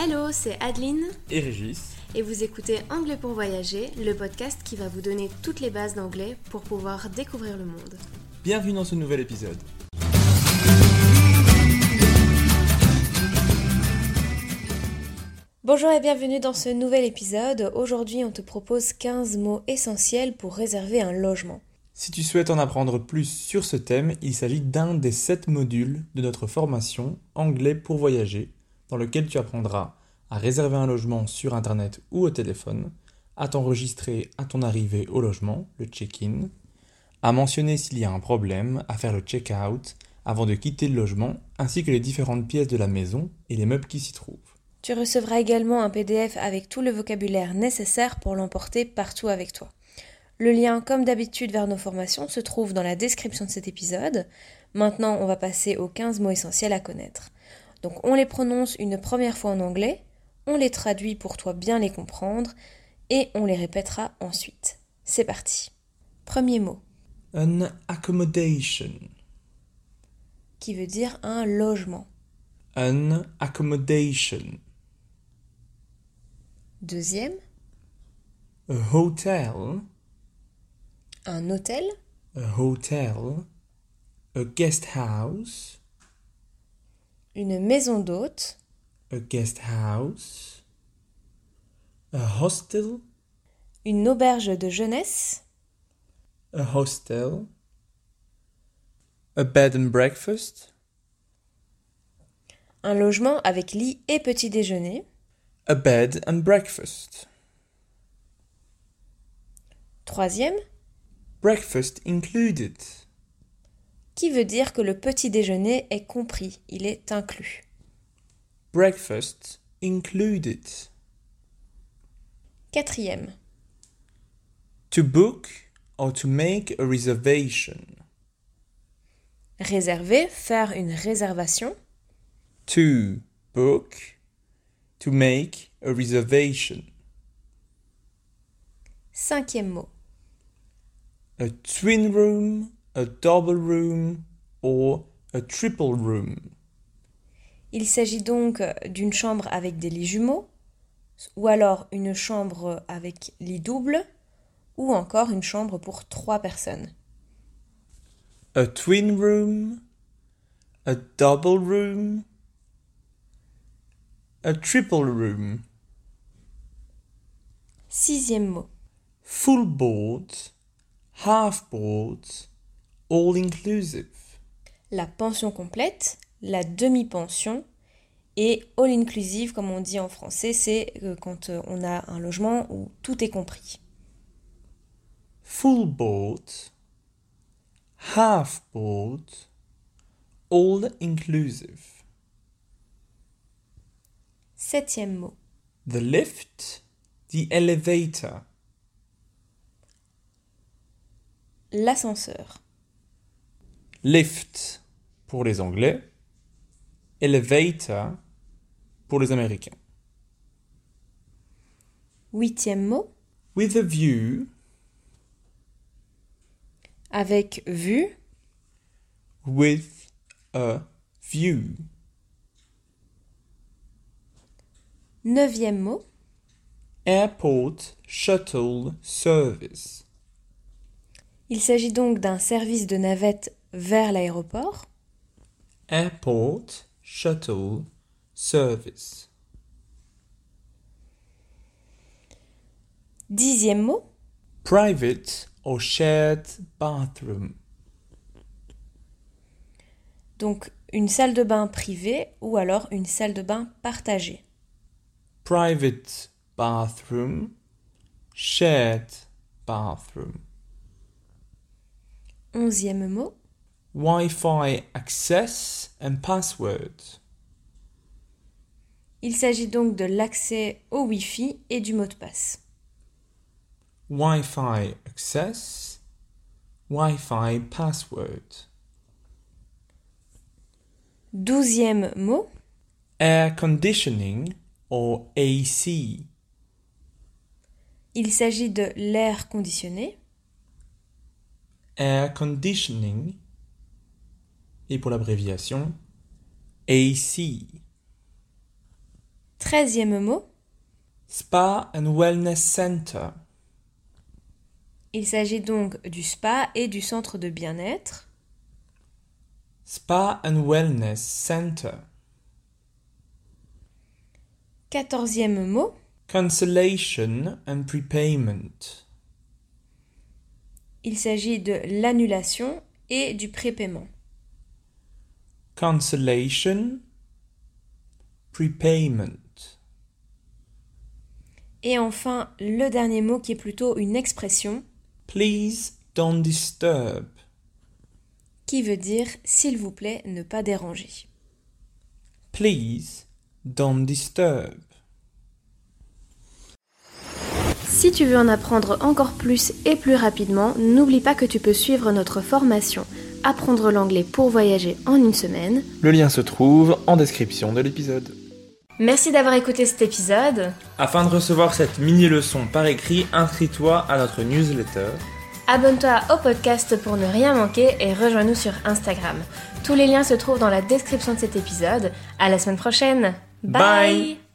Hello, c'est Adeline et Régis. Et vous écoutez Anglais pour voyager, le podcast qui va vous donner toutes les bases d'anglais pour pouvoir découvrir le monde. Bienvenue dans ce nouvel épisode. Bonjour et bienvenue dans ce nouvel épisode. Aujourd'hui, on te propose 15 mots essentiels pour réserver un logement. Si tu souhaites en apprendre plus sur ce thème, il s'agit d'un des 7 modules de notre formation Anglais pour voyager, dans lequel tu apprendras à réserver un logement sur Internet ou au téléphone, à t'enregistrer à ton arrivée au logement, le check-in, à mentionner s'il y a un problème, à faire le check-out avant de quitter le logement, ainsi que les différentes pièces de la maison et les meubles qui s'y trouvent. Tu recevras également un PDF avec tout le vocabulaire nécessaire pour l'emporter partout avec toi. Le lien, comme d'habitude, vers nos formations se trouve dans la description de cet épisode. Maintenant, on va passer aux 15 mots essentiels à connaître. Donc, on les prononce une première fois en anglais, on les traduit pour toi bien les comprendre, et on les répétera ensuite. C'est parti. Premier mot. An accommodation. Qui veut dire un logement. An accommodation. Deuxième. A hotel. Un hôtel. A hotel. A guest house. Une maison d'hôte. A guest house. A hostel. Une auberge de jeunesse. A hostel. A bed and breakfast. Un logement avec lit et petit déjeuner. A bed and breakfast. Troisième. Breakfast included. Qui veut dire que le petit déjeuner est compris, il est inclus. Breakfast included. Quatrième. To book or to make a reservation. Réserver, faire une réservation. To book. To make a reservation. Cinquième mot. A twin room, a double room or a triple room. Il s'agit donc d'une chambre avec des lits jumeaux, ou alors une chambre avec lit double, ou encore une chambre pour 3 personnes. A twin room, a double room, a triple room. Sixième mot. Full board, half board, all inclusive. La pension complète, la demi-pension et all inclusive, comme on dit en français, c'est quand on a un logement où tout est compris. Full board, half board, all inclusive. Septième mot. The lift, the elevator. L'ascenseur. Lift pour les Anglais, elevator pour les Américains. Huitième mot. With a view, Avec vue. with a view. Neuvième mot. Airport shuttle service. Il s'agit donc d'un service de navette vers l'aéroport. Airport shuttle service. Dixième mot. Private or shared bathroom. Donc une salle de bain privée ou alors une salle de bain partagée. Private bathroom, shared bathroom. Onzième mot. Wi-Fi access and password. Il s'agit donc de l'accès au Wi-Fi et du mot de passe. Wi-Fi access, Wi-Fi password. Douzième mot. Air conditioning or AC. Il s'agit de l'air conditionné. Air conditioning. Et pour l'abréviation, AC. 13e mot. Spa and Wellness Center. Il s'agit donc du spa et du centre de bien-être. Spa and Wellness Center. 14e mot. Cancellation and prepayment. Il s'agit de l'annulation et du prépaiement. Cancellation, prepayment. Et enfin, le dernier mot qui est plutôt une expression. Please don't disturb. Qui veut dire « s'il vous plaît, ne pas déranger ». Please don't disturb. Si tu veux en apprendre encore plus et plus rapidement, n'oublie pas que tu peux suivre notre formation « Apprendre l'anglais pour voyager en une semaine ». Le lien se trouve en description de l'épisode. Merci d'avoir écouté cet épisode. Afin de recevoir cette mini-leçon par écrit, inscris-toi à notre newsletter. Abonne-toi au podcast pour ne rien manquer et rejoins-nous sur Instagram. Tous les liens se trouvent dans la description de cet épisode. À la semaine prochaine. Bye.